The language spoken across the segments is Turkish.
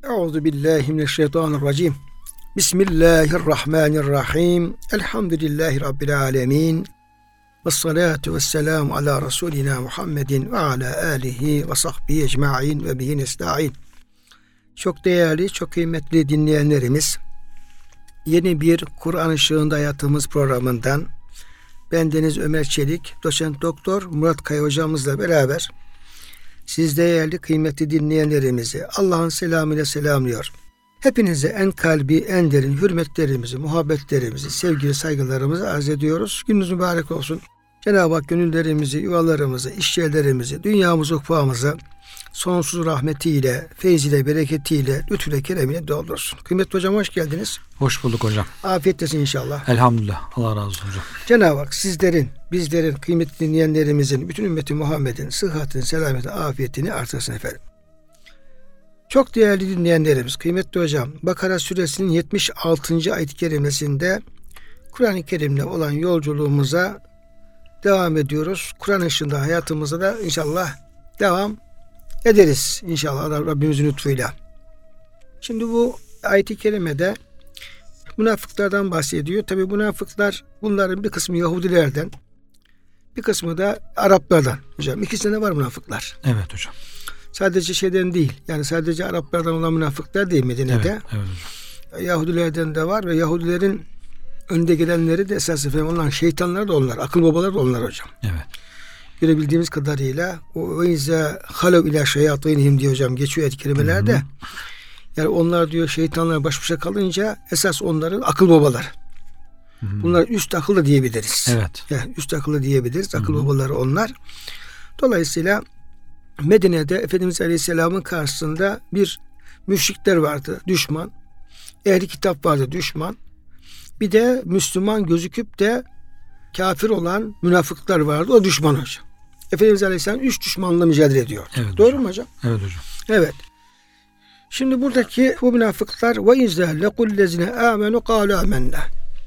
Euzu billahi mineşşeytanirracim. Bismillahirrahmanirrahim. Elhamdülillahi rabbil alamin. Ves salatu vesselamu ala rasulina Muhammedin ve ala alihi ve sahbihi ecmaîn ve bihi nestaîn. Çok değerli, çok kıymetli dinleyenlerimiz, yeni bir Kur'an Işığında Hayatımız programından bendeniz Ömer Çelik, doçent doktor Murat Kaya hocamızla beraber siz değerli kıymetli dinleyenlerimizi Allah'ın selamıyla selamlıyor. Hepinize en kalbi, en derin hürmetlerimizi, muhabbetlerimizi, sevgili saygılarımızı arz ediyoruz. Gününüz mübarek olsun. Cenab-ı Hak gönüllerimizi, yuvalarımızı, işyerlerimizi, dünyamızı, ukvamızı sonsuz rahmetiyle, feyziyle, bereketiyle, lütfüyle, keremiyle doldursun. Kıymetli hocam, hoş geldiniz. Hoş bulduk hocam. Afiyetlesin inşallah. Elhamdülillah. Allah razı olsun hocam. Cenab-ı Hak sizlerin, bizlerin, kıymetli dinleyenlerimizin, bütün ümmeti Muhammed'in sıhhatini, selametini, afiyetini artırsın efendim. Çok değerli dinleyenlerimiz, kıymetli hocam, Bakara suresinin 76. ayet-i kerimesinde Kur'an-ı Kerim'le olan yolculuğumuza devam ediyoruz. Kur'an ışığında hayatımıza da inşallah devam ederiz. İnşallah Rabbimizin lütfuyla. Şimdi bu ayet-i kerimede münafıklardan bahsediyor. Tabi münafıklar, bunların bir kısmı Yahudilerden, bir kısmı da Araplardan. Hocam ikisinde var münafıklar. Evet hocam. Sadece şeyden değil. Yani sadece Araplardan olan münafıklar değil Medine'de. Evet hocam. Yahudilerden de var ve Yahudilerin önde gelenleri de esas efendim onlar, şeytanlar da onlar, akıl babalar da onlar hocam. Evet. Görebildiğimiz kadarıyla o izâ halev ilâ şeyatînihim diye hocam geçiyor ayet-i kerimelerde. Yani onlar diyor şeytanlar baş başa kalınca esas onların akıl babaları. Bunlar üst akıllı diyebiliriz. Evet. Yani üst akıllı diyebiliriz. Akıl babaları onlar. Dolayısıyla Medine'de Efendimiz Aleyhisselam'ın karşısında bir müşrikler vardı, düşman. Ehli kitap vardı, düşman. Bir de Müslüman gözüküp de kafir olan münafıklar vardı, o düşman hocam. Efendimiz Aleyhisselam 3 düşmanla mücadele ediyor. Evet, doğru mu hocam? Evet hocam. Evet. Şimdi buradaki bu münafıklar ve izâ lekullezine âmenû kâlû âmennâ.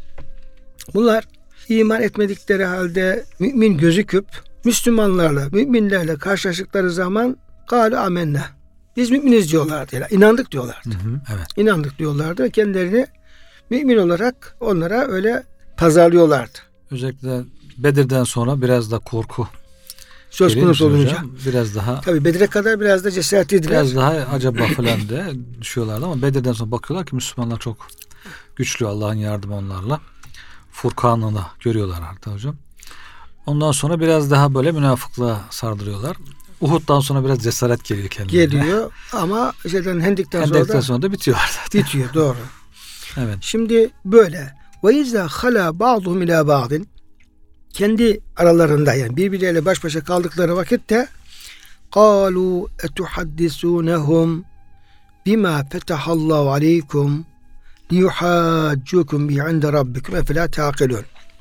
Bunlar iman etmedikleri halde mümin gözüküp Müslümanlarla, müminlerle karşılaştıkları zaman kâlû âmennâ. Biz müminiz diyorlardı. Yani inandık diyorlardı. Evet. İnandık diyorlardı. Kendilerini mümin olarak onlara öyle pazarlıyorlardı. Özellikle Bedir'den sonra biraz da korku söz konusu olunca. Hocam. Biraz daha. Tabii Bedir'e kadar biraz da cesaretliydiler. Biraz daha acaba falan de düşüyorlardı ama Bedir'den sonra bakıyorlar ki Müslümanlar çok güçlü, Allah'ın yardımı onlarla. Furkan'ı da görüyorlar artık hocam. Ondan sonra biraz daha böyle münafıklığa sardırıyorlar. Uhud'dan sonra biraz cesaret geliyor kendilerine. Geliyor ama Hendek'ten sonra da bitiyor zaten. Bitiyor, doğru. Evet. Şimdi böyle ve izâ halâ ba'duhum ilâ ba'din, kendi aralarında yani birbirleriyle baş başa kaldıkları vakitte kâlû etuhaddisûnehum bimâ fetahallahu aleykum liyuhâccûkum bihi inde rabbikum efelâ tâkilûn.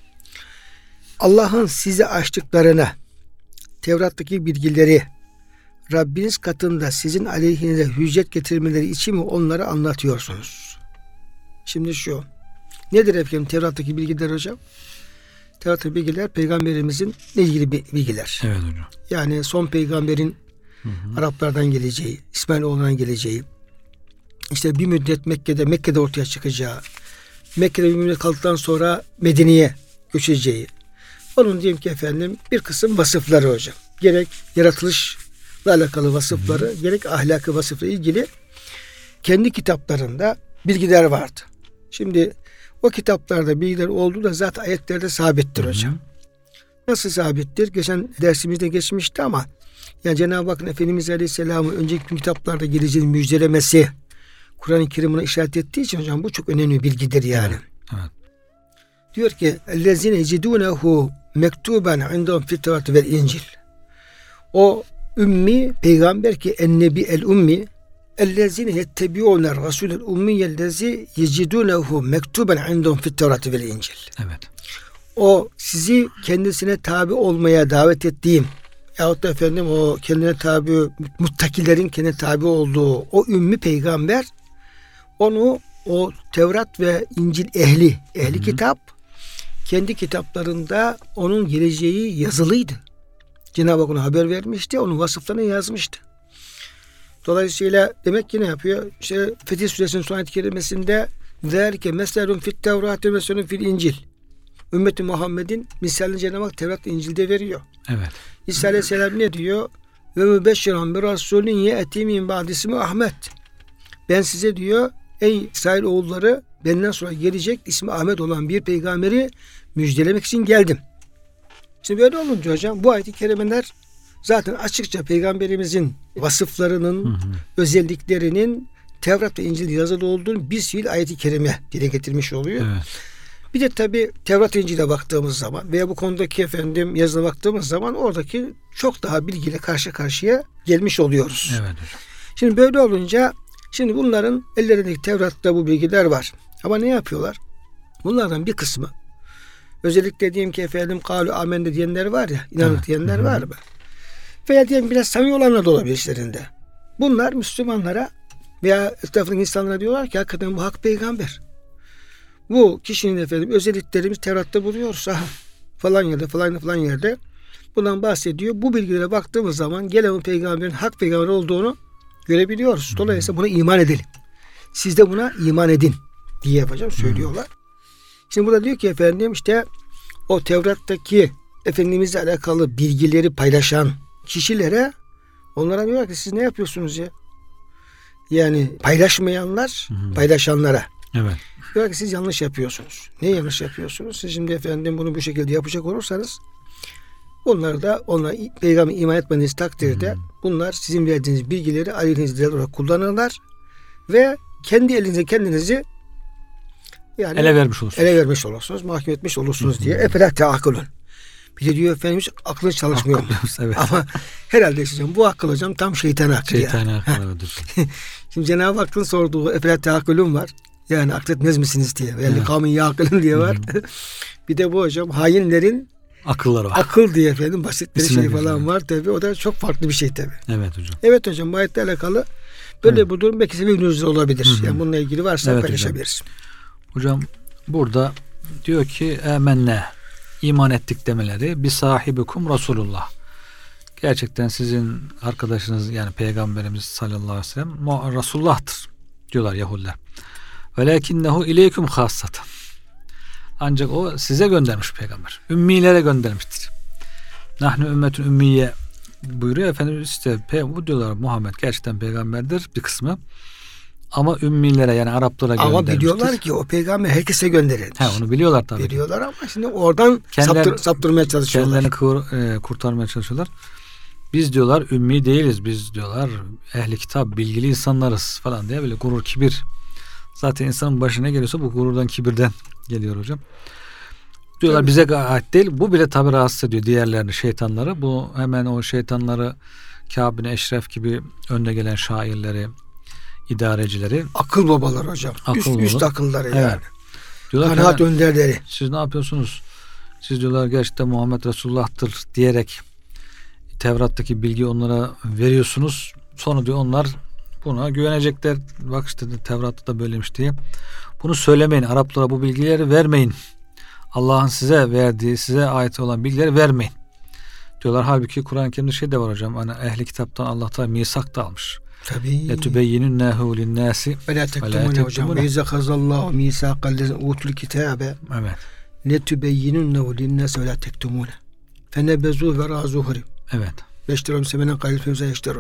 Allah'ın size açtıklarına, Tevrat'taki bilgileri Rabbiniz katında sizin aleyhinize hüccet getirmeleri için mi onları anlatıyorsunuz? Şimdi şu, nedir efendim Tevrat'taki bilgiler hocam? Tevrat'taki bilgiler peygamberimizin ilgili bilgiler. Evet hocam. Yani son peygamberin Araplardan geleceği, İsmailoğlu'ndan geleceği, işte bir müddet Mekke'de ortaya çıkacağı, Mekke'de bir müddet kaldıktan sonra Medine'ye göçeceği. Onun diyelim ki efendim bir kısım vasıfları hocam. Gerek yaratılışla alakalı vasıfları, gerek ahlaki vasıfla ilgili kendi kitaplarında bilgiler vardı. Şimdi o kitaplarda bilgiler olduğu da zaten ayetlerde sabittir hocam. Nasıl sabittir? Geçen dersimizde geçmişti ama yani Cenab-ı Hakk'ın Efendimiz Aleyhisselam'ın önceki kitaplarda geleceğini müjdelemesi Kur'an-ı Kerim'e işaret ettiği için hocam bu çok önemli bir bilgidir yani. Evet. Diyor ki اَلَّذِينَ يَجِدُونَهُ مَكْتُوبًا عِنْدَهُمْ فِي التَّوْرَاتِ وَالْاِنْجِيلِ. O ümmi peygamber ki ennebi el-ummi اَلَّذِينَ يَتَّبِعُونَ الرَّسُولَ الْاُمِّيَ الَّذِي يَجِدُونَهُ مَكْتُوبًا عِنْدَهُمْ فِي التَّوْرَاتِ وَالْاِنْجِيلِ. Evet. O sizi kendisine tabi olmaya davet ettiğim yahut da efendim o kendine tabi, muttakilerin kendine tabi olduğu o ümmi peygamber, onu o Tevrat ve İncil ehli kitap kendi kitaplarında onun geleceği yazılıydı. Cenab-ı Hak ona haber vermişti, onun vasıflarını yazmıştı. Dolayısıyla demek ki ne yapıyor? İşte Fetih Suresinin son ayet-i kerimesinde ذَٰلِكَ مَسَلٌ فِي التَّوْرَاتِ وَمَسَلٌ فِي الْاِنْجِلِ Ümmeti Muhammed'in misalini Cenab-ı Hak Tevrat İncil'de veriyor. Evet. İsa Aleyhisselam ne diyor? Ve mübeşşiran bir rasulün ye'ti min ba'di ismi Ahmet. Ben size diyor, ey İsrail oğulları, benden sonra gelecek ismi Ahmet olan bir peygamberi müjdelemek için geldim. Şimdi böyle olunca hocam bu ayet-i kerimeler zaten açıkça peygamberimizin vasıflarının, özelliklerinin Tevrat ve İncil'de yazılı olduğunu bir fiil ayet-i kerime dile getirmiş oluyor. Evet. Bir de tabi Tevrat İncil'e baktığımız zaman veya bu konudaki yazıla baktığımız zaman oradaki çok daha bilgiyle karşı karşıya gelmiş oluyoruz. Evet hocam. Şimdi böyle olunca bunların ellerindeki Tevrat'ta bu bilgiler var. Ama ne yapıyorlar? Bunlardan bir kısmı özellikle diyelim ki kalu amende diyenler var ya, inandık diyenler var mı? Veya diyelim biraz samimi olanlar da olabilir işlerinde. Bunlar Müslümanlara veya etrafındaki insanlara diyorlar ki hakikaten bu hak peygamber. Bu kişinin özelliklerimiz Tevrat'ta buluyoruz. Falan yerde bundan bahsediyor. Bu bilgilere baktığımız zaman gelen peygamberin hak peygamber olduğunu görebiliyoruz. Dolayısıyla buna iman edelim. Siz de buna iman edin diye söylüyorlar. Şimdi burada diyor ki o Tevrat'taki Efendimizle alakalı bilgileri paylaşan kişilere onlara diyorlar ki siz ne yapıyorsunuz ya? Yani paylaşmayanlar paylaşanlara. Evet. Diyorlar ki siz yanlış yapıyorsunuz. Ne yanlış yapıyorsunuz? Siz şimdi bunu bu şekilde yapacak olursanız onlara peygamber iman etmeniz takdirde bunlar sizin verdiğiniz bilgileri aleyhinizde olarak kullanırlar ve kendi elinize kendinizi ele vermiş olursunuz, mahkum etmiş olursunuz diye. Efela teakulun. Bir de diyor Efendimiz aklınız çalışmıyor. Evet. Ama herhalde bu akıl hocam tam şeytan aklı. Şeytan aklı. Şimdi Cenab-ı Hakk'ın sorduğu efela teakulun var. Yani akletmez misiniz diye. Yani kavmin yakılın diye var. Bir de bu hocam hainlerin akılları var. Akıl diye basit bir falan var tabi. O da çok farklı bir şey tabi. Evet hocam. Evet hocam bu ayetle alakalı böyle bu durum belki sebebiniz olabilir. Yani bununla ilgili varsa paylaşabiliriz. Hocam burada diyor ki emenne iman ettik demeleri bi sahibikum Resulullah. Gerçekten sizin arkadaşınız yani Peygamberimiz sallallahu aleyhi ve sellem Resulullah'tır diyorlar Yahudiler. Velakinnehu ileyküm hassatan. Ancak o size göndermiş peygamber. Ümmilere göndermiştir. Nahnu ümmetün ümmiye buyuruyor Efendimiz bu diyorlar Muhammed gerçekten peygamberdir bir kısmı. Ama ümmilere yani Araplara göndermiştir. Ama biliyorlar ki o peygamber herkese gönderilmiş. Onu biliyorlar tabii. Biliyorlar ama şimdi oradan saptırmaya çalışıyorlar. Kendilerini kurtarmaya çalışıyorlar. Biz diyorlar ümmi değiliz. Biz diyorlar ehli kitap bilgili insanlarız falan diye böyle gurur kibir. Zaten insanın başına geliyorsa bu gururdan kibirden geliyor hocam. Diyorlar tabii. Bize ait değil. Bu bile tabii rahatsız ediyor diğerlerini şeytanları. Bu hemen o şeytanları Kâb bin Eşref gibi önde gelen şairleri idarecileri. Akıl babalar hocam. Üst akılları yani. Diyorlar kanaat önderleri. Siz ne yapıyorsunuz? Siz diyorlar gerçekten Muhammed Resulullah'tır diyerek Tevrat'taki bilgiyi onlara veriyorsunuz. Sonra diyor onlar buna güvenecekler. Bak Tevrat'ta da böylemiş diye. Bunu söylemeyin. Araplara bu bilgileri vermeyin. Allah'ın size verdiği, size ait olan bilgileri vermeyin. Diyorlar. Halbuki Kur'an-ı Kerim'de de var hocam. Hani ehli kitaptan Allah Teala misak da almış. Tabii. Letübeyyinünnehu linnâsi ve lâ tektumûne hocam. Ve izâkazallâhu mîsâkallezîne utul kitâbe. Evet. Letübeyyinunnehu linnâsi ve lâ tektumûne. Fenebezû ve râzûhuri. Evet. Beşterum semenen kalil fevzâ yeşterun.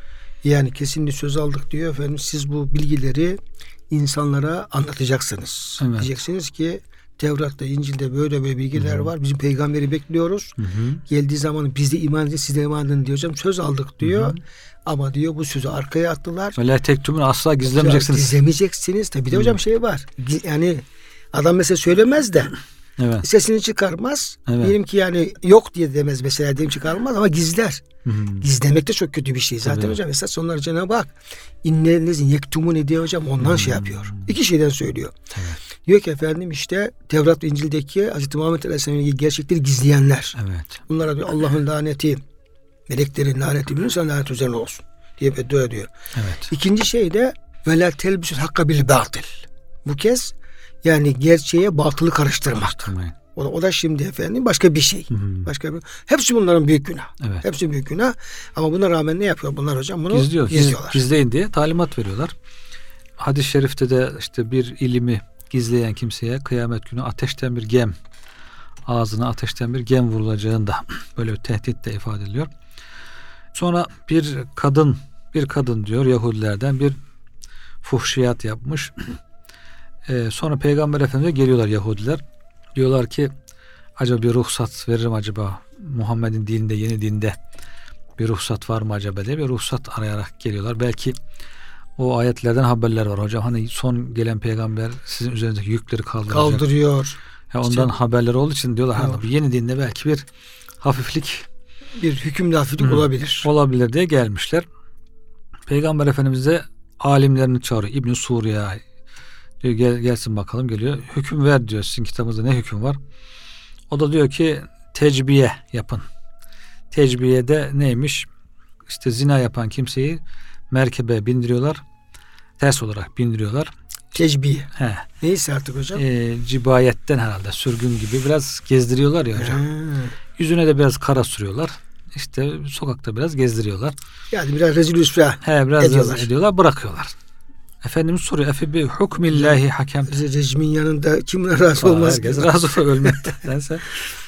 Yani kesinlikle söz aldık diyor efendim. Siz bu bilgileri insanlara anlatacaksınız. Evet. Diyeceksiniz ki Tevrat'ta, İncil'de böyle bilgiler var. Bizim peygamberi bekliyoruz. Geldiği zaman biz de iman edin, siz de iman edin diyor hocam. Söz aldık diyor. Ama diyor bu sözü arkaya attılar. Öyle tektumun asla gizlemeyeceksiniz. Gizlemeyeceksiniz. Tabii de hocam var. Yani adam mesela söylemez de sesini çıkarmaz. Diyelim ki yani yok diye demez mesela diyelim çıkarmaz ama gizler. Gizlemek de çok kötü bir şey. Zaten hocam esas onları Cenab-ı Hak innellezin yektumune diye hocam ondan yapıyor. İki şeyden söylüyor. Diyor ki efendim Tevrat ve İncil'deki Hz. Muhammed Aleyhisselam'ın gerçekleri gizleyenler. Bunlara diyor Allah'ın laneti, meleklerin laneti, bir insan lanet üzerine olsun diye beddua ediyor. İkinci şey de ve la telbisül hakka bil batil. Bu kez yani gerçeğe batılı karıştırmak. O da şimdi efendim başka bir şey. Başka bir. Hepsi bunların büyük günah. Evet. Hepsi büyük günah. Ama buna rağmen ne yapıyor bunlar hocam? Bunu gizliyorlar. Gizleyin diye talimat veriyorlar. Hadis-i şerifte de işte bir ilimi gizleyen kimseye kıyamet günü ateşten bir gem, ağzına ateşten bir gem vurulacağında böyle bir tehdit de ifade ediliyor. Sonra bir kadın diyor Yahudilerden bir fuhşiyat yapmış. Sonra Peygamber Efendimiz'e geliyorlar Yahudiler. Diyorlar ki acaba bir ruhsat veririm acaba Muhammed'in dininde, yeni dinde bir ruhsat var mı acaba diye bir ruhsat arayarak geliyorlar. Belki o ayetlerden haberler var hocam. Hani son gelen peygamber sizin üzerinizdeki yükleri kaldırıyor. Ondan haberler olduğu için diyorlar hani yeni dinde belki bir hafiflik, bir hükümlü hafiflik olabilir. Olabilir diye gelmişler. Peygamber Efendimiz de alimlerini çağırıyor. İbn-i Suriye diyor gelsin bakalım, geliyor. Hüküm ver diyor. Sizin kitabınızda ne hüküm var? O da diyor ki tecbiye yapın. Tecbiyede neymiş? İşte zina yapan kimseyi merkebe bindiriyorlar. Ters olarak bindiriyorlar. Tecbiye. Neyse artık hocam? Cibayetten herhalde sürgün gibi biraz gezdiriyorlar ya hocam. Yüzüne de biraz kara sürüyorlar. İşte sokakta biraz gezdiriyorlar. Yani biraz rezil rüsva ediyorlar, bırakıyorlar. Efendimiz soruyor. Efe bi hukmillahi hakem. Rejimin yanında kim razı olmaz? Herkes razı ölmektense.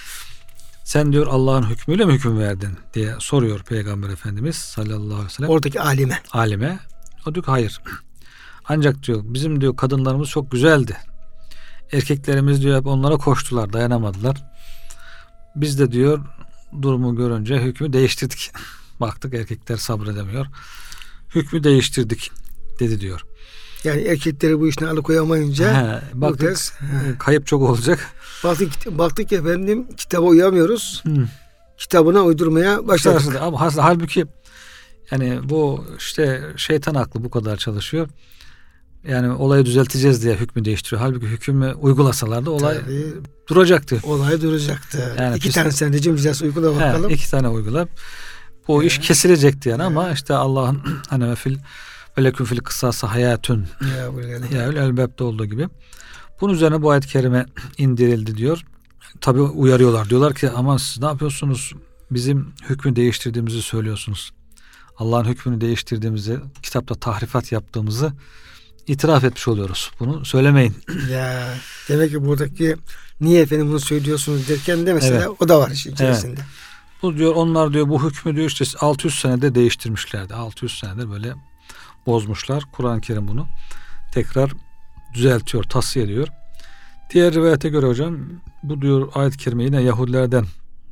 Sen diyor Allah'ın hükmüyle mi hüküm verdin diye soruyor Peygamber Efendimiz sallallahu aleyhi ve sellem. Oradaki alime. O diyor ki hayır. Ancak diyor bizim diyor kadınlarımız çok güzeldi. Erkeklerimiz diyor hep onlara koştular, dayanamadılar. Biz de diyor durumu görünce hükmü değiştirdik. Baktık erkekler sabredemiyor. Hükmü değiştirdik dedi diyor. Yani erkekleri bu işine alıkoyamayınca baktık kayıp çok olacak. Baktık efendim kitaba uyamıyoruz. Kitabına uydurmaya başladık. Ama halbuki yani bu işte şeytan aklı bu kadar çalışıyor. Yani olayı düzelteceğiz diye hükmü değiştiriyor. Halbuki hükmü uygulasalardı olay duracaktı. Olay duracaktı. Yani 2 tane sen rejim cezası uygula bakalım. 2 tane uygula. Bu iş kesilecekti yani ama işte Allah'ın hani veleküm fil kısası hayatun ya öyle elbette olduğu gibi. Bunun üzerine bu ayet-i kerime indirildi diyor. Tabii uyarıyorlar. Diyorlar ki aman siz ne yapıyorsunuz? Bizim hükmü değiştirdiğimizi söylüyorsunuz. Allah'ın hükmünü değiştirdiğimizi, kitapta tahrifat yaptığımızı itiraf etmiş oluyoruz. Bunu söylemeyin. Ya demek ki buradaki niye efendim bunu söylüyorsunuz derken de mesela o da var işin içerisinde. Evet. Bu diyor onlar diyor bu hükmü diyor işte 600 senede değiştirmişlerdi. 600 senedir böyle bozmuşlar. Kur'an-ı Kerim bunu tekrar düzeltiyor, tasfiye ediyor. Diğer rivayete göre hocam bu diyor ayet-i kerime yine Yahudilerden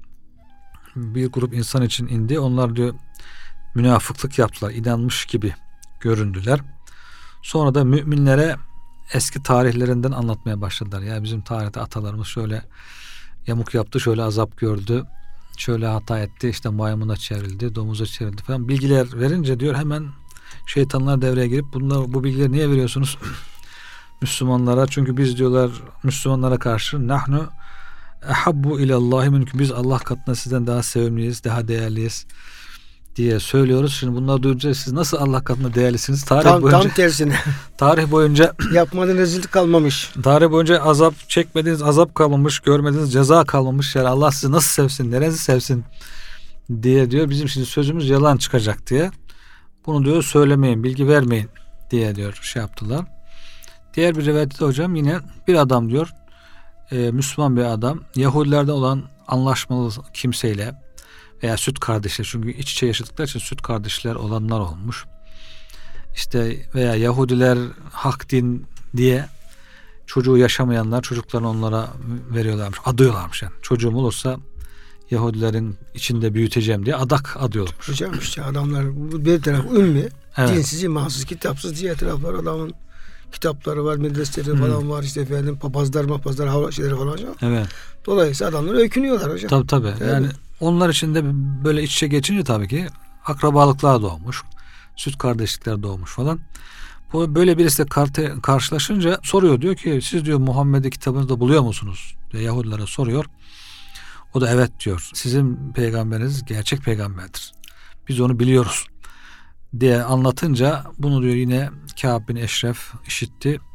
bir grup insan için indi. Onlar diyor münafıklık yaptılar. İnanmış gibi göründüler. Sonra da müminlere eski tarihlerinden anlatmaya başladılar. Ya bizim tarihte atalarımız şöyle yamuk yaptı, şöyle azap gördü, şöyle hata etti, işte maymuna çevrildi, domuza çevrildi falan. Bilgiler verince diyor hemen şeytanlar devreye girip bu bilgileri niye veriyorsunuz Müslümanlara? Çünkü biz diyorlar Müslümanlara karşı nahnu ehabbu ilallahi minkum, biz Allah katında sizden daha sevimliyiz, daha değerliyiz diye söylüyoruz. Şimdi bunları duyunca siz nasıl Allah katında değerlisiniz? Tam tersine. Tarih boyunca yapmadığınız rezillik kalmamış. Tarih boyunca azap çekmediğiniz azap kalmamış, görmediğiniz ceza kalmamış. Yani Allah sizi nasıl sevsin, neresi sevsin diye diyor. Bizim şimdi sözümüz yalan çıkacak diye. Bunu diyor söylemeyin, bilgi vermeyin diye diyor şey yaptılar. Diğer bir rivayette hocam yine bir adam diyor Müslüman bir adam Yahudilerden olan anlaşmalı kimseyle veya süt kardeşler, çünkü iç içe yaşadıkları için süt kardeşler olanlar olmuş. İşte veya Yahudiler hak din diye çocuğu yaşamayanlar çocuklarını onlara veriyorlarmış, adıyorlarmış yani. Çocuğum olursa Yahudilerin içinde büyüteceğim diye adak adıyormuş. Hocam işte adamlar bir taraf ümmi, dinsiz, imansız, kitapsız, diğer taraflar adamın kitapları var, medreseleri falan var, işte efendim papazlar hava şeyleri falan hocam. Evet. Dolayısıyla adamlar öykünüyorlar hocam. Tabii. Yani onlar için de böyle iç içe geçince tabii ki akrabalıklar doğmuş. Süt kardeşlikler doğmuş falan. Bu böyle birisi de karşılaşınca soruyor, diyor ki siz diyor Muhammed'i kitabınızda buluyor musunuz diye Yahudilere soruyor. O da evet diyor. Sizin peygamberiniz gerçek peygamberdir. Biz onu biliyoruz diye anlatınca bunu diyor yine Kâb bin Eşref işitti.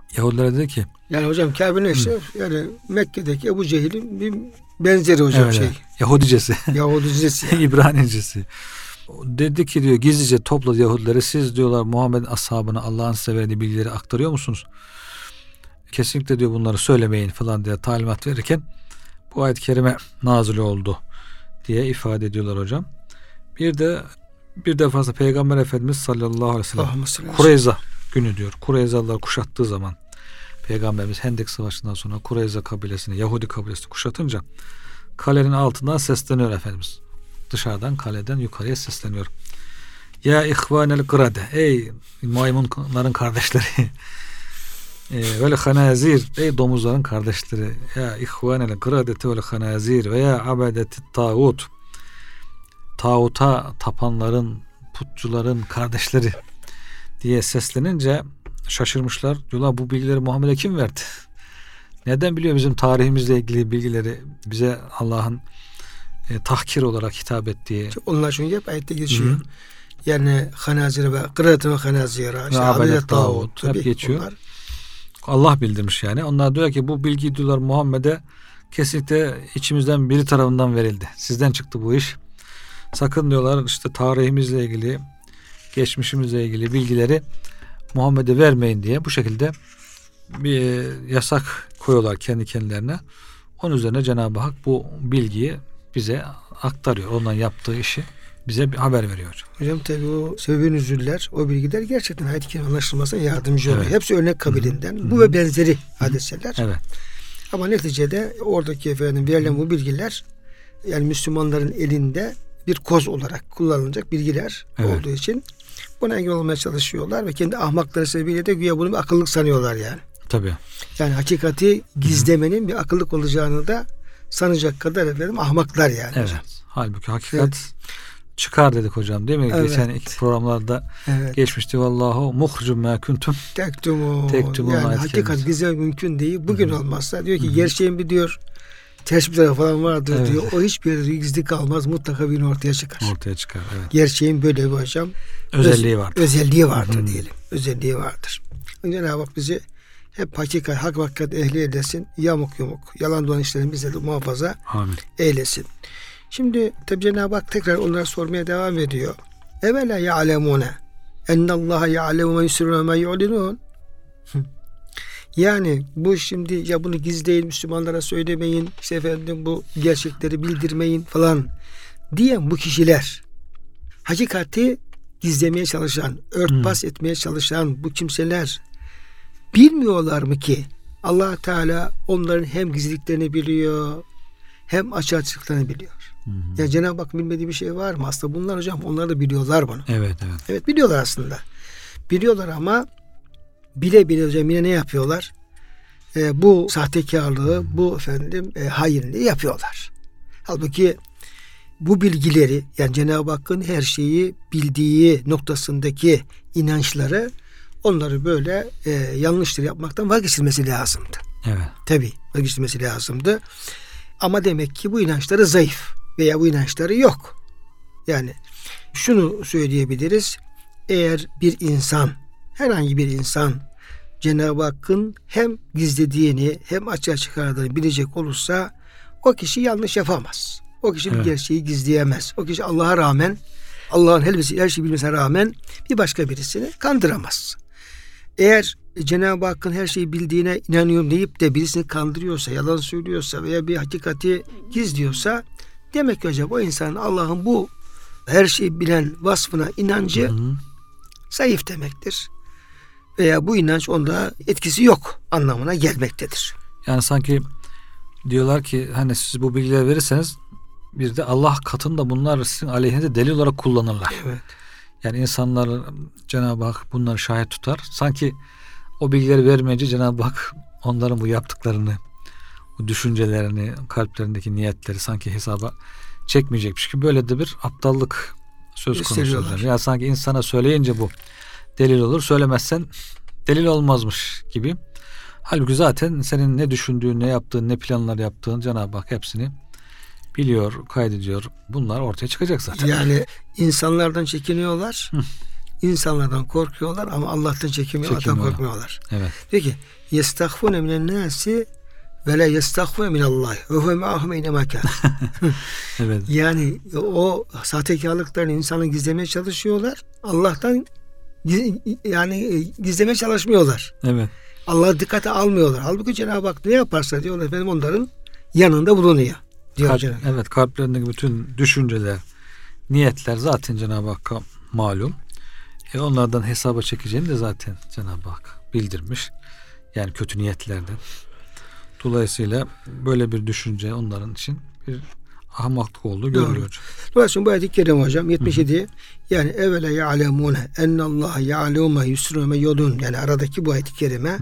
Yahudilere dedi ki, yani hocam Kabe'nin işte yani Mekke'deki Ebu Cehil'in bir benzeri hocam evet, şey. Yahudicesi. Yahudicesi. Yani. İbranicesi. Dedi ki diyor, gizlice topladı Yahudileri. Siz diyorlar Muhammed'in ashabına Allah'ın size verdiği bilgileri aktarıyor musunuz? Kesinlikle diyor bunları söylemeyin falan diye talimat verirken bu ayet-i kerime nazil oldu diye ifade ediyorlar hocam. Bir defasında Peygamber Efendimiz sallallahu aleyhi ve sellem Kureyza günü diyor. Kureyzalılar kuşattığı zaman Peygamberimiz Hendek Savaşı'ndan sonra Kureyza kabilesini, Yahudi kabilesini kuşatınca kalenin altından sesleniyor Efendimiz. Dışarıdan kaleden yukarıya sesleniyor. Ya ihvanel kırade, ey maymunların kardeşleri, böyle hanazir, ey domuzların kardeşleri, ya ihvanel kıradete ve hanazir veya abedetit tağut, tağuta tapanların, putçuların kardeşleri diye seslenince şaşırmışlar. Diyorlar bu bilgileri Muhammed'e kim verdi? Neden biliyor bizim tarihimizle ilgili bilgileri bize Allah'ın tahkir olarak hitap ettiği. Onlar çünkü hep ayette geçiyor. Hı-hı. Yani hanazir ve kıraatı ve hanazira, işte abedet tağut hep geçiyor. Onlar. Allah bildirmiş yani. Onlar diyor ki bu bilgi diyorlar Muhammed'e kesinlikle içimizden biri tarafından verildi. Sizden çıktı bu iş. Sakın diyorlar işte tarihimizle ilgili, geçmişimizle ilgili bilgileri Muhammed'e vermeyin diye bu şekilde bir yasak koyuyorlar kendi kendilerine. Onun üzerine Cenab-ı Hak bu bilgiyi bize aktarıyor. Ondan yaptığı işi bize bir haber veriyor. Hocam tabii o sebebin üzüller, o bilgiler gerçekten ayet-i kerime anlaşılmasına yardımcı oluyor. Evet. Hepsi örnek kabilinden. Hı-hı. Bu ve benzeri hadiseler. Evet. Ama neticede oradaki verilen bu bilgiler yani Müslümanların elinde bir koz olarak kullanılacak bilgiler olduğu için buna engel olmaya çalışıyorlar ve kendi ahmakları sebebiyle de güya bunu bir akıllık sanıyorlar yani. Tabii. Yani hakikati gizlemenin bir akıllık olacağını da sanacak kadar ahmaklar yani. Evet. Hocam. Halbuki hakikat çıkar dedik hocam değil mi? Evet. Geçen iki programlarda geçmişti. Vallahu muhrucun ma kuntum tektumun. Yani hakikat gizlemek mümkün değil. Bugün olmazsa diyor ki gerçeğin bir diyor ters bir tarafı falan vardır diyor. O hiçbir yerde gizli kalmaz. Mutlaka bir ortaya çıkar. Ortaya çıkar. Evet. Gerçeğin böyle bir hocam özelliği vardır. Özelliği vardır diyelim. Özelliği vardır. Cenab-ı Hak bizi hep hakikat ehli eylesin. Yamuk yalan dolan işlerin bize de muhafaza eylesin. Şimdi tabi Cenab-ı Hak tekrar onlara sormaya devam ediyor. Evela ya'lemune ennallaha ya'lemu ma yusirrun ve ma yu'linun. Yani bu şimdi ya bunu gizleyin, Müslümanlara söylemeyin, işte efendim bu gerçekleri bildirmeyin falan diyen bu kişiler, hakikati gizlemeye çalışan, örtbas etmeye çalışan bu kimseler bilmiyorlar mı ki Allah Teala onların hem gizliliklerini biliyor hem açıklıklarını biliyor. Ya Cenab-ı Hak bilmediği bir şey var mı? Aslında bunlar hocam onlar da biliyorlar bunu. Evet biliyorlar aslında. Biliyorlar ama bile hocam yine ne yapıyorlar? Bu sahtekarlığı, bu hainliği yapıyorlar. Halbuki bu bilgileri yani Cenab-ı Hakk'ın her şeyi bildiği noktasındaki inançları onları böyle yanlışları yapmaktan vazgeçilmesi lazımdı. Evet. Tabii vazgeçilmesi lazımdı. Ama demek ki bu inançları zayıf veya bu inançları yok. Yani şunu söyleyebiliriz. Eğer bir insan, herhangi bir insan Cenab-ı Hakk'ın hem gizlediğini hem açığa çıkardığını bilecek olursa o kişi yanlış yapamaz. O kişi bir gerçeği gizleyemez. O kişi Allah'a rağmen, Allah'ın her şeyi bilmesine rağmen bir başka birisini kandıramaz. Eğer Cenab-ı Hakk'ın her şeyi bildiğine inanıyorum deyip de birisini kandırıyorsa, yalan söylüyorsa veya bir hakikati gizliyorsa demek ki hocam o insanın Allah'ın bu her şeyi bilen vasfına inancı zayıf demektir. Veya bu inanç onda etkisi yok anlamına gelmektedir. Yani sanki diyorlar ki hani siz bu bilgileri verirseniz bir de Allah katında bunlar sizin aleyhinize delil olarak kullanırlar. Evet. Yani insanlar Cenab-ı Hak bunları şahit tutar. Sanki o bilgileri vermeyince Cenab-ı Hak onların bu yaptıklarını, bu düşüncelerini, kalplerindeki niyetleri sanki hesaba çekmeyecekmiş gibi böyle de bir aptallık söz konusu. Ya sanki insana söyleyince bu delil olur, söylemezsen delil olmazmış gibi. Halbuki zaten senin ne düşündüğün, ne yaptığın, ne planlar yaptığın Cenab-ı Hak hepsini biliyor, kaydediyor. Bunlar ortaya çıkacak zaten. Yani insanlardan çekiniyorlar. insanlardan korkuyorlar ama Allah'tan çekinmiyorlar, korkmuyorlar. Evet. Peki yestahfune minen nasi ve la yestahfune minallah ve huve ma'ahum eynemâ kân. Evet. Yani o sahtekarlıklarını insanı gizlemeye çalışıyorlar. Allah'tan yani gizlemeye çalışmıyorlar. Evet. Allah'ı dikkate almıyorlar. Halbuki Cenab-ı Hak ne yaparsa diyorlar efendim onların yanında bulunuyor. Diyor Evet, kalplerindeki bütün düşünceler, niyetler zaten Cenab-ı Hakk'a malum. Onlardan hesaba çekeceğini de zaten Cenab-ı Hak bildirmiş. Yani kötü niyetlerden. Dolayısıyla böyle bir düşünce onların için bir ahmaklık olduğu görülüyor. Dolayısıyla bu ayet-i kerime hocam 77 yani evvela ya'lemune ennallaha ya'lemu ma yusrun ve yulun, yani aradaki bu ayet-i kerime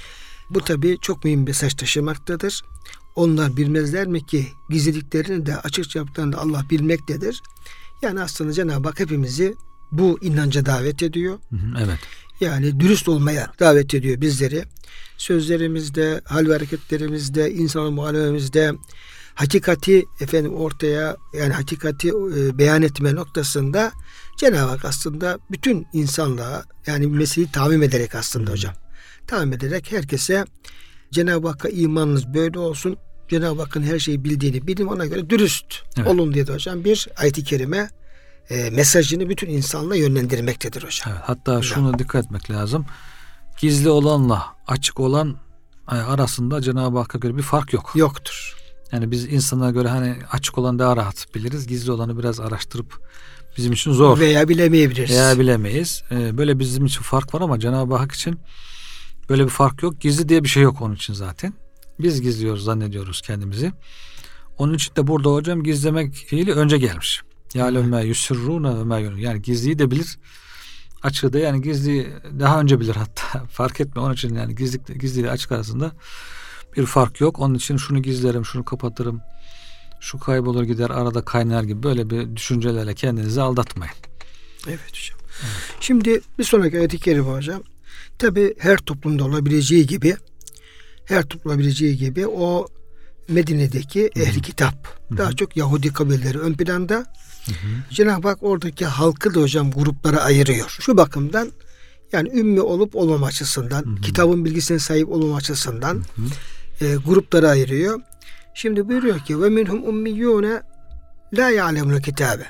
bu tabi çok mühim bir mesaj taşımaktadır. Onlar bilmezler mi ki gizlediklerini de açıkça yaptıklarını da Allah bilmektedir. Yani aslında Cenab-ı Hak hepimizi bu inanca davet ediyor. Evet. Yani dürüst olmaya davet ediyor bizleri. Sözlerimizde, hal ve hareketlerimizde, insan muamelemizde hakikati ortaya, yani hakikati beyan etme noktasında Cenab-ı Hak aslında bütün insanlığa, yani meseleyi tamim ederek aslında hocam. Tamim ederek herkese Cenab-ı Hakk'a imanınız böyle olsun. Cenab-ı Hakk'ın her şeyi bildiğini bilin, ona göre dürüst olun diye de hocam bir ayet-i kerime mesajını bütün insanlığa yönlendirmektedir hocam. Evet, hatta şuna dikkat etmek lazım. Gizli olanla açık olan arasında Cenab-ı Hakk'a göre bir fark yok. Yoktur. Yani biz insanlara göre hani açık olan daha rahat biliriz. Gizli olanı biraz araştırıp bizim için zor. Veya bilemeyebiliriz. Veya bilemeyiz. Böyle bizim için fark var ama Cenab-ı Hak için böyle bir fark yok. Gizli diye bir şey yok onun için zaten. Biz gizliyoruz, zannediyoruz kendimizi. Onun için de burada hocam gizlemek fiili önce gelmiş. Ya'lemme yusirrûne ve mâ yunûn. Yani gizliyi de bilir. Açığı da, yani gizli daha önce bilir hatta. Fark etme. Onun için yani gizli ile açık arasında bir fark yok. Onun için şunu gizlerim, şunu kapatırım, şu kaybolur gider, arada kaynar gibi böyle bir düşüncelerle kendinizi aldatmayın. Evet hocam. Evet. Şimdi bir sonraki ayet-i kerime hocam. Tabi her toplumda olabileceği gibi o Medine'deki ehli kitap, daha çok Yahudi kabileleri ön planda. Cenab-ı Hak oradaki halkı da hocam gruplara ayırıyor. Şu bakımdan, yani ümmi olup olmama açısından, kitabın bilgisine sahip olmama açısından gruplara ayırıyor. Şimdi buyuruyor ki ve minhum ummiyyûne la ya'lemûne kitâbe.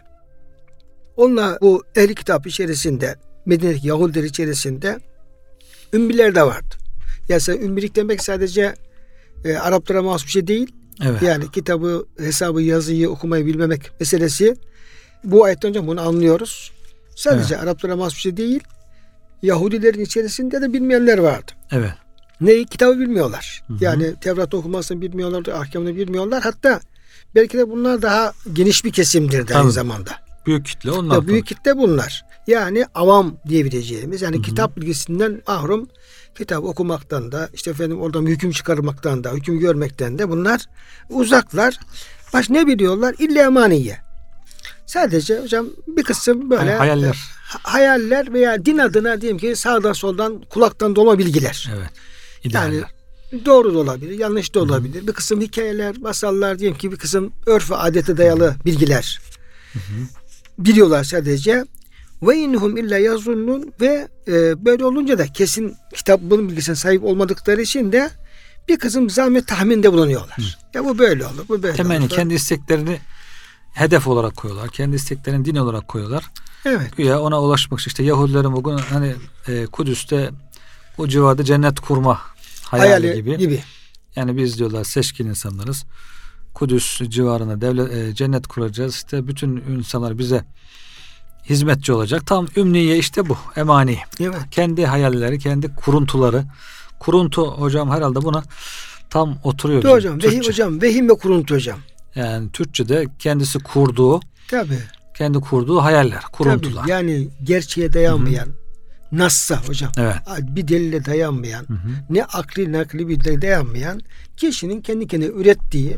Onlar bu ehli kitap içerisinde, Medine'deki Yahudiler içerisinde ümmiler de vardı. Yani ümmilik demek sadece Araplara mahsus bir şey değil. Evet. Yani kitabı, hesabı, yazıyı okumayı bilmemek meselesi. Bu ayetten önce bunu anlıyoruz. Sadece Araplara mahsus bir şey değil. Yahudilerin içerisinde de bilmeyenler vardı. Evet. Neyi? Kitabı bilmiyorlar. Yani Tevrat okumasını bilmiyorlar, ahkamını bilmiyorlar. Hatta belki de bunlar daha geniş bir kesimdir de aynı zamanda. Büyük kitle onlar. Büyük kitle bunlar. Yani avam diyebileceğimiz, yani kitap bilgisinden mahrum, kitap okumaktan da, oradan hüküm çıkarmaktan da, hüküm görmekten de bunlar uzaklar. Ne biliyorlar? İlla emaniye. Sadece hocam bir kısım böyle hayaller veya din adına diyelim ki sağdan soldan kulaktan dolma bilgiler. Evet. İdealler. Yani doğru da olabilir, yanlış da olabilir. Bir kısım hikayeler, masallar, diyelim ki bir kısım örf ve adete dayalı bilgiler. Biliyorlar sadece. Ve inhum illa yazunnun ve böyle olunca da kesin kitabın bilgisine sahip olmadıkları için de bir kısım zahmet tahminde bulunuyorlar. Ya bu böyle olur, bu böyle temenni, olur. kendi isteklerini hedef olarak koyuyorlar. Kendi isteklerini din olarak koyuyorlar. Evet. Güya ona ulaşmak için Yahudilerin bugün Kudüs'te o civarda cennet kurma hayali gibi. Yani biz diyorlar seçkin insanlarız. Kudüs civarında cennet kuracağız. Bütün insanlar bize hizmetçi olacak. Tam ümniye bu. Emani. Evet. Kendi hayalleri, kendi kuruntuları. Kuruntu hocam herhalde buna tam oturuyor. Vehim ve kuruntu hocam. Yani Türkçe'de kendisi kurduğu, kendi kurduğu hayaller, kuruntular. Tabii, yani gerçeğe dayanmayan, nassa hocam. Evet. Bir delile dayanmayan, ne akli nakli bir delile dayanmayan, kişinin kendi kendine ürettiği,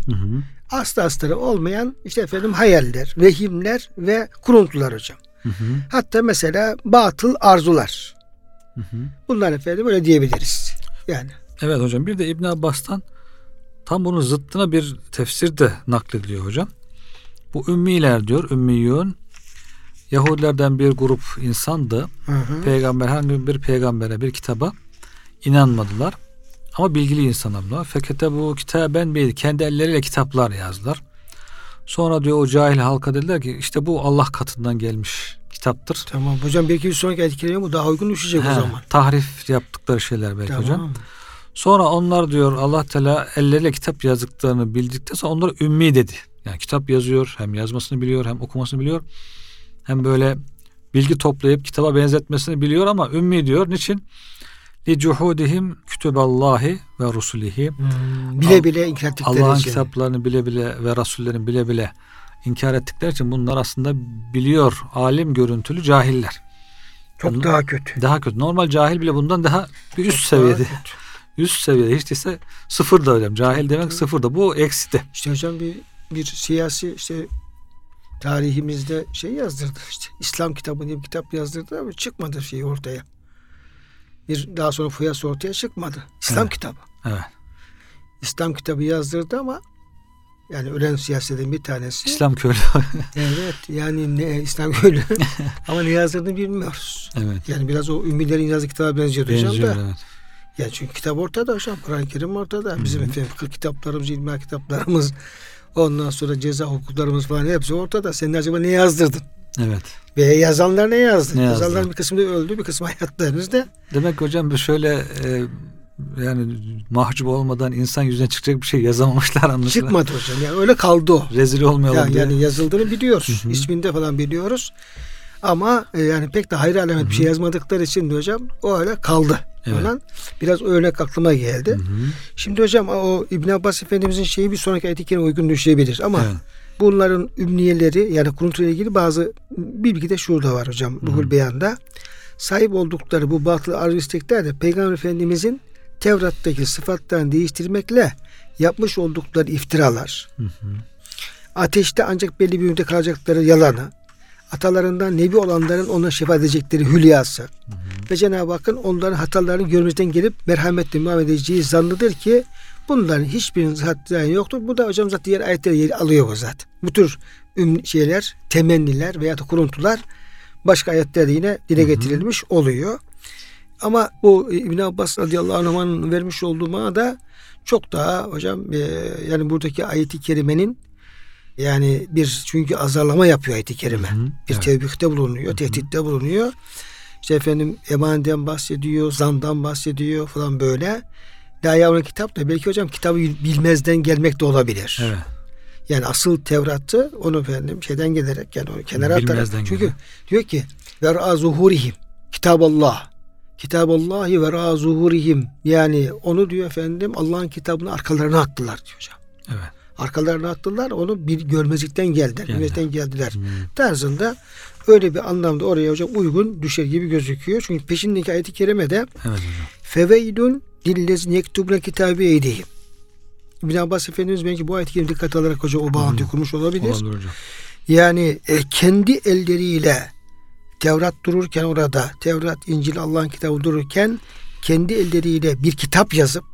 aslı olmayan hayaller, vehimler ve kuruntular hocam. Hatta mesela batıl arzular. Bunlar böyle diyebiliriz. Yani. Evet hocam, bir de İbn Abbas'tan tam bunun zıttına bir tefsir de naklediliyor hocam. Bu ümmiler diyor, ümmiyun, Yahudilerden bir grup insandı. Peygamber, herhangi bir peygambere, bir kitaba inanmadılar. Ama bilgili insanlar bunlar. Fekete bu kitaben bir, kendi elleriyle kitaplar yazdılar. Sonra diyor o cahil halka dediler ki işte bu Allah katından gelmiş kitaptır. Tamam hocam, belki bir sonraki ayet-i bu daha uygun düşecek o zaman. Tahrif yaptıkları şeyler belki hocam. Sonra onlar diyor Allah Teala elleriyle kitap yazdıklarını bildikten sonra onları ümmi dedi. Yani kitap yazıyor, hem yazmasını biliyor, hem okumasını biliyor. Hem böyle bilgi toplayıp kitaba benzetmesini biliyor ama ümmi diyor. Niçin? لِجُحُودِهِمْ كُتُبَ اللّٰهِ وَرُسُلِهِ Bile bile inkar ettikleri Allah'ın için. kitaplarını bile bile ve Rasullerin bile bile inkar ettikleri için bunlar aslında biliyor, alim görüntülü cahiller. Çok yani daha kötü. Daha kötü. Normal cahil bile bundan daha bir üst seviyede. Üst seviyede. Hiç değilse sıfır da hocam. Cahil demek sıfır da. Bu eksi de. İşte hocam bir siyasi işte tarihimizde yazdırdı işte. İslam kitabı diye bir kitap yazdırdı ama çıkmadı ortaya. Daha sonra fuyası ortaya çıkmadı. İslam kitabı. Evet. İslam kitabı yazdırdı ama yani ölen siyasetin bir tanesi. İslam köylü. Evet. Yani ne İslam köylü. Ama ne yazdırdığını bilmiyoruz. Evet. Yani biraz o ümmilerin yazdığı kitaba benziyor hocam da. Evet. Ya çünkü kitap ortada hocam. Kur'an-ı Kerim ortada. Bizim fıkıh kitaplarımız, ilmi kitaplarımız, ondan sonra ceza hukuklarımız falan hepsi ortada. Sen acaba ne yazdırdın? Evet. Ve yazanlar ne yazdı? Ne Yazanların yazdı? bir kısmı da öldü, bir kısmı hayatta. Demek hocam şöyle yani mahcup olmadan insan yüzüne çıkacak bir şey yazamamışlar anlaşılan. Çıkmadı hocam. Yani öyle kaldı o. Rezil olmayalım diye. Yani yazıldığını biliyoruz. İsminde falan biliyoruz. Ama yani pek de hayır alamet bir şey yazmadıkları için de hocam o öyle kaldı. Evet. Falan. Biraz örnek aklıma geldi. Şimdi hocam o İbn Abbas Efendimizin bir sonraki ayet-i kerime uygun düşebilir ama bunların ümniyeleri yani kuruntu ile ilgili bazı bilgi de şurada var hocam. Ruhul Beyan'da. Sahip oldukları bu batıl arzu istekler de Peygamber Efendimizin Tevrat'taki sıfatlarını değiştirmekle yapmış oldukları iftiralar. Ateşte ancak belli bir müddet kalacakları yalanı, atalarından nebi olanların ona şefaat edecekleri hülyası ve Cenab-ı Hakk'ın onların hatalarını görmezden gelip merhametle muamele edeceği zannıdır ki bunların hiçbirinin zaten yoktur. Bu da hocam zaten diğer ayetleri yer alıyor bu zaten. Bu tür temenniler veya da kuruntular başka ayetlerde yine dile getirilmiş oluyor. Ama bu İbn Abbas radıyallahu anh'ın vermiş olduğu manada çok daha hocam yani buradaki ayet-i kerimenin yani çünkü azarlama yapıyor ayet-i kerime. Bir tevbihte bulunuyor, tehditte bulunuyor. İşte efendim emaneten bahsediyor, zandan bahsediyor falan böyle. La yavrum kitap da belki hocam kitabı bilmezden gelmek de olabilir. Evet. Yani asıl Tevrat'ı onu efendim şeyden gelerek yani onu kenara atarak. Çünkü diyor ki vera zuhurihim Kitaballahi vera zuhurihim yani onu diyor efendim Allah'ın kitabını arkalarına attılar diyor hocam. Evet. Arkalarına attılar onu bir görmezlikten geldiler. Tarzında öyle bir anlamda oraya hocam uygun düşer gibi gözüküyor. Çünkü peşindeki ayet-i kerimede feveydun dillezin yektubuna kitabı eydihim. İbn Abbas Efendimiz belki bu ayet-i kerime dikkat alarak hocam o bağıntıyı kurmuş olabilir. Yani kendi elleriyle Tevrat dururken orada Tevrat, İncil, Allah'ın kitabı dururken kendi elleriyle bir kitap yazıp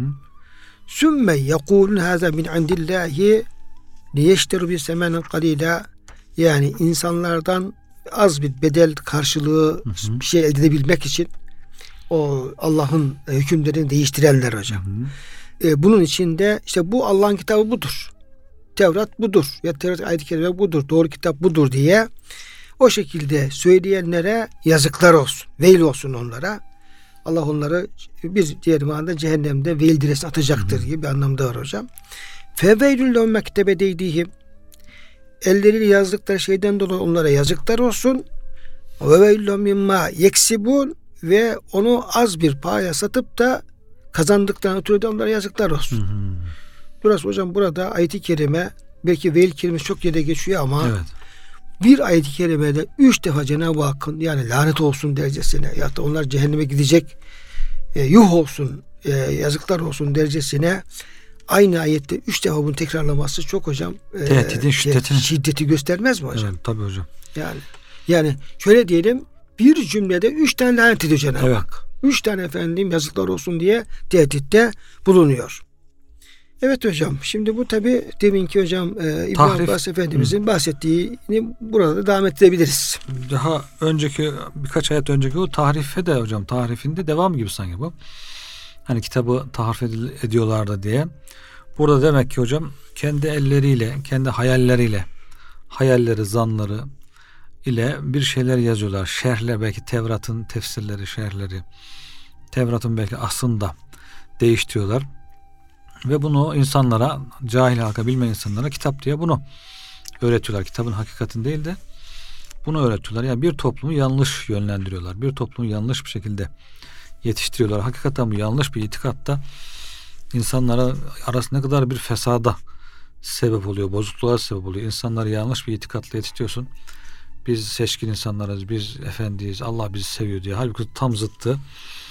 sümme yekulun haza min indillahi liyeşteru bi semanen qalila yani insanlardan az bir bedel karşılığı bir şey elde edebilmek için o Allah'ın hükümlerini değiştirenler hocam. Bunun içinde işte bu Allah'ın kitabı budur. Tevrat budur. Ya Tevrat ayet-i kerime budur. Doğru kitap budur diye o şekilde söyleyenlere yazıklar olsun. Veil olsun onlara. Allah onları bir diğer manada cehennemde veil diresine atacaktır gibi bir anlamda var hocam. Feveylül lehum mektebedeydiğim elleriyle yazdıkları şeyden dolayı onlara yazıklar olsun. Ve veylül lehum mimma yeksibun ve onu az bir paya satıp da kazandıklarını ötürü de onlara yazıklar olsun. Burası hocam burada ayet-i kerime belki veil kelimesi çok yere geçiyor ama bir ayet-i kerimede 3 defa Cenab-ı Hakk'ın yani lanet olsun derecesine ya da onlar cehenneme gidecek yuh olsun yazıklar olsun derecesine aynı ayette 3 defa bunu tekrarlaması çok hocam şiddeti göstermez mi hocam? Evet, tabii hocam. Yani şöyle diyelim bir cümlede 3 tane lanet ediyor Cenab-ı Hak. 3 tane efendim yazıklar olsun diye tehditte bulunuyor. Evet hocam. Şimdi bu tabi deminki hocam İbn Abbas Efendimizin bahsettiğini burada da devam edebiliriz. Daha önceki birkaç ayet önceki o tahrife de hocam, tahrifinde devam gibi sanki bu. Hani kitabı tahrif ediyorlardı diye. Burada demek ki hocam kendi elleriyle, kendi hayalleri, zanları ile bir şeyler yazıyorlar. Şerhler, belki Tevrat'ın tefsirleri, şerhleri. Tevrat'ın belki aslında değiştiriyorlar. Ve bunu insanlara, cahil halka, bilmeyen insanlara kitap diye bunu öğretiyorlar. Kitabın hakikatini değil de bunu öğretiyorlar. Yani bir toplumu yanlış yönlendiriyorlar. Bir toplumu yanlış bir şekilde yetiştiriyorlar. Hakikaten bu yanlış bir itikatta insanlara arasında ne kadar bir fesada sebep oluyor, bozukluğa sebep oluyor. İnsanları yanlış bir itikatla yetiştiriyorsun. Biz seçkin insanlarız, biz efendiyiz, Allah bizi seviyor diye. Halbuki tam zıttı.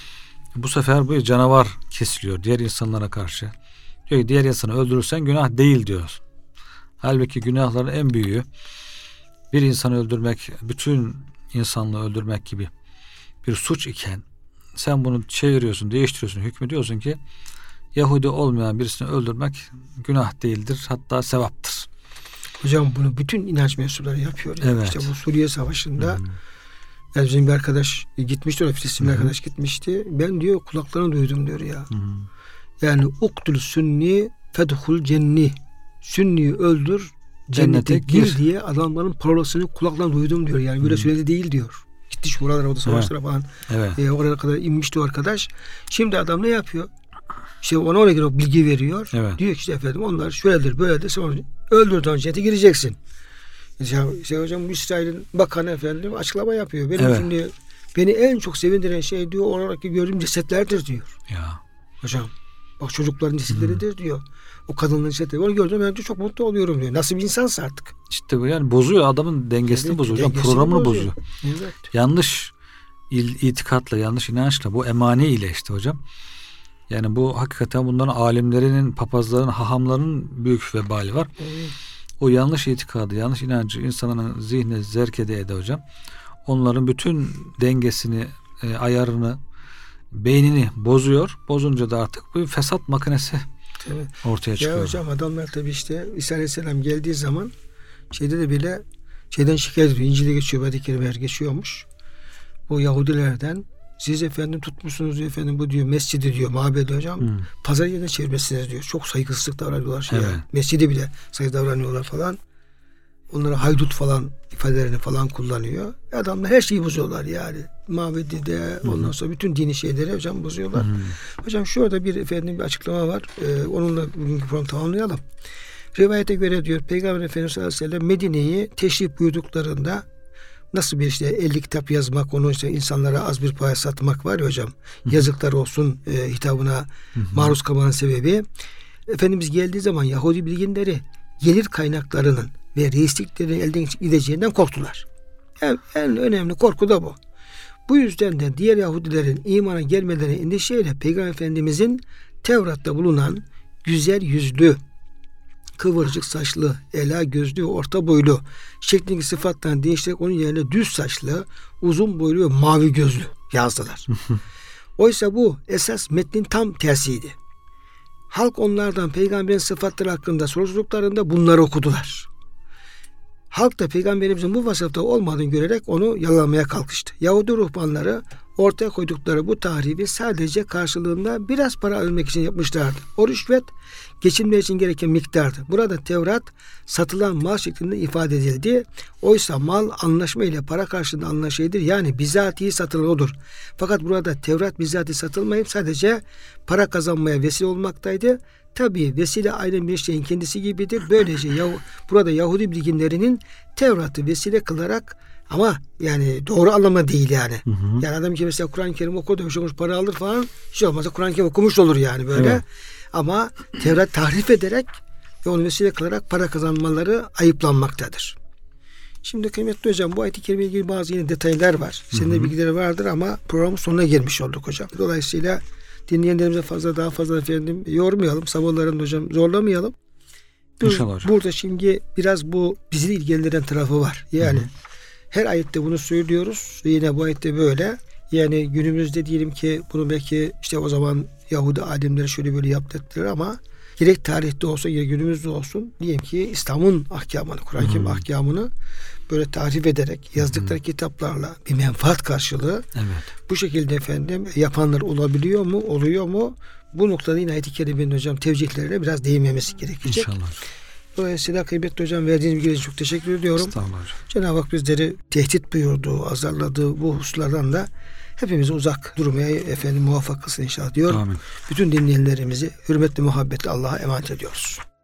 Bu sefer bu canavar kesiliyor diğer insanlara karşı. Diyor ki diğer insanı öldürürsen günah değil diyor. Halbuki günahların en büyüğü bir insanı öldürmek, bütün insanlığı öldürmek gibi bir suç iken sen bunu çeviriyorsun, değiştiriyorsun, hükmediyorsun ki Yahudi olmayan birisini öldürmek günah değildir, hatta sevaptır. Hocam bunu bütün inanç mensupları yapıyor. Yani. Evet. İşte bu Suriye Savaşı'nda bizim bir arkadaş gitmişti, o Filistinli arkadaş gitmişti. Ben diyor kulaklarını duydum diyor ya. Yani uktul sünni fedhul cenni. Sünniyi öldür, cennete gir diye adamların parolasını kulaklarını duydum diyor. Yani böyle söyledi değil diyor. Gitti şu oralara, orada savaşlara falan. Evet. Oraya kadar inmişti o arkadaş. Şimdi adam ne yapıyor? İşte ona göre o bilgi veriyor. Evet. Diyor ki işte efendim onlar şöyledir, böyledir. Sen öldürdüğün cennete gireceksin. İşte hocam İsrail'in bakanı efendim açıklama yapıyor. Benim şimdi beni en çok sevindiren şey diyor oradaki gördüğüm cesetlerdir diyor. Ya. Hocam bak çocukların cesetleridir diyor. O kadınların cesetleri. Onu gördüm ben de çok mutlu oluyorum diyor. Nasıl bir insansa artık. İşte bu yani bozuyor adamın dengesini bozuyor. Hocam programını bozuyor. Evet. Yanlış itikatla, yanlış inançla, bu emani ile işte hocam. Yani bu hakikaten bunların alimlerinin, papazların, hahamların büyük vebali var. Evet. O yanlış itikadı, yanlış inancı insanın zihnine zerk ede hocam. Onların bütün dengesini, ayarını, beynini bozuyor. Bozunca da artık bu fesat makinesi ortaya çıkıyor. Ya hocam adamlar tabii işte İsa Aleyhisselam geldiği zaman şeyde de bile şeyden şikayet ediyor. İncil'de geçiyor, Hadis-i Kerime'ler geçiyormuş. Bu Yahudilerden siz efendim tutmuşsunuz diyor efendim bu diyor mescidi diyor mabedi hocam pazar yerine çevirmesiniz diyor. Çok saygısızlık davranıyorlar yani. Mescidi bile saygı davranıyorlar falan. Onlara haydut falan ifadelerini falan kullanıyor. Adamlar her şeyi bozuyorlar yani. Mabedi de ondan sonra bütün dini şeyleri hocam bozuyorlar. Hocam şurada bir efendim bir açıklama var. Onunla bugünkü programı tamamlayalım. Rivayete göre diyor Peygamber Efendimiz sallallahu aleyhi ve sellem Medine'yi teşrif buyurduklarında nasıl bir işte 50 kitap yazmak, onu işte insanlara az bir paya satmak var ya hocam. Yazıklar olsun hitabına maruz kalmanın sebebi. Efendimiz geldiği zaman Yahudi bilginleri gelir kaynaklarının ve reisliklerini elden gideceğinden korktular. Yani en önemli korku da bu. Bu yüzden de diğer Yahudilerin imana gelmelerine endişeyle Peygamber Efendimizin Tevrat'ta bulunan güzel yüzlü, kıvırcık saçlı, ela gözlü, orta boylu şeklindeki sıfatlarını değiştirerek onun yerine düz saçlı, uzun boylu ve mavi gözlü yazdılar. Oysa bu esas metnin tam tersiydi. Halk onlardan peygamberin sıfatları hakkında soruşturduklarında bunları okudular. Halk da peygamberimizin bu vasıfta olmadığını görerek onu yalanlamaya kalkıştı. Yahudi ruhbanları ortaya koydukları bu tahribi sadece karşılığında biraz para almak için yapmışlardı. O rüşvet geçinme için gereken miktardı. Burada Tevrat satılan mal şeklinde ifade edildi. Oysa mal anlaşma ile para karşılığında alınan şeydir. Yani bizatihi satılan odur. Fakat burada Tevrat bizatihi satılmayıp sadece para kazanmaya vesile olmaktaydı. Tabii vesile aynen bir şeyin kendisi gibidir. Böylece burada Yahudi bilginlerinin Tevrat'ı vesile kılarak ama yani doğru anlamda değil yani. Yani adam ki mesela Kur'an-ı Kerim okuyor, para alır falan. Hiç olmazsa Kur'an-ı Kerim okumuş olur yani böyle. Evet. Ama Tevrat tahrif ederek ve onu vesile kılarak para kazanmaları ayıplanmaktadır. Şimdi kıymetli hocam bu ayet-i kerime ilgili bazı yine detaylar var. Senin de bilgileri vardır ama programın sonuna gelmiş olduk hocam. Dolayısıyla dinleyenlerimize daha fazla efendim yormayalım. Sabahlarında hocam zorlamayalım. Burada şimdi biraz bu bizi ilgilendiren tarafı var. Yani her ayette bunu söylüyoruz. Yine bu ayette böyle. Yani günümüzde diyelim ki bunu belki işte o zaman Yahudi alimleri şöyle böyle yaptı dediler ama gerek tarihte olsa gerek günümüzde olsun diyelim ki İslam'ın ahkamını, Kur'an-ı Kerim ahkamını böyle tahrif ederek yazdıkları kitaplarla bir menfaat karşılığı bu şekilde efendim yapanlar olabiliyor mu? Oluyor mu? Bu noktada yine ayet-i kerimenin hocam tevcihlerine biraz değinmemiz gerekecek. İnşallah. Dolayısıyla kıymetli hocam verdiğiniz bilgiler için çok teşekkür ediyorum. Cenab-ı Hak bizleri tehdit buyurduğu, azarladığı bu hususlardan da hepimizi uzak durmaya efendim muvaffak kılsın inşallah diyor. Amin. Bütün dinleyenlerimizi hürmetle muhabbetle Allah'a emanet ediyoruz.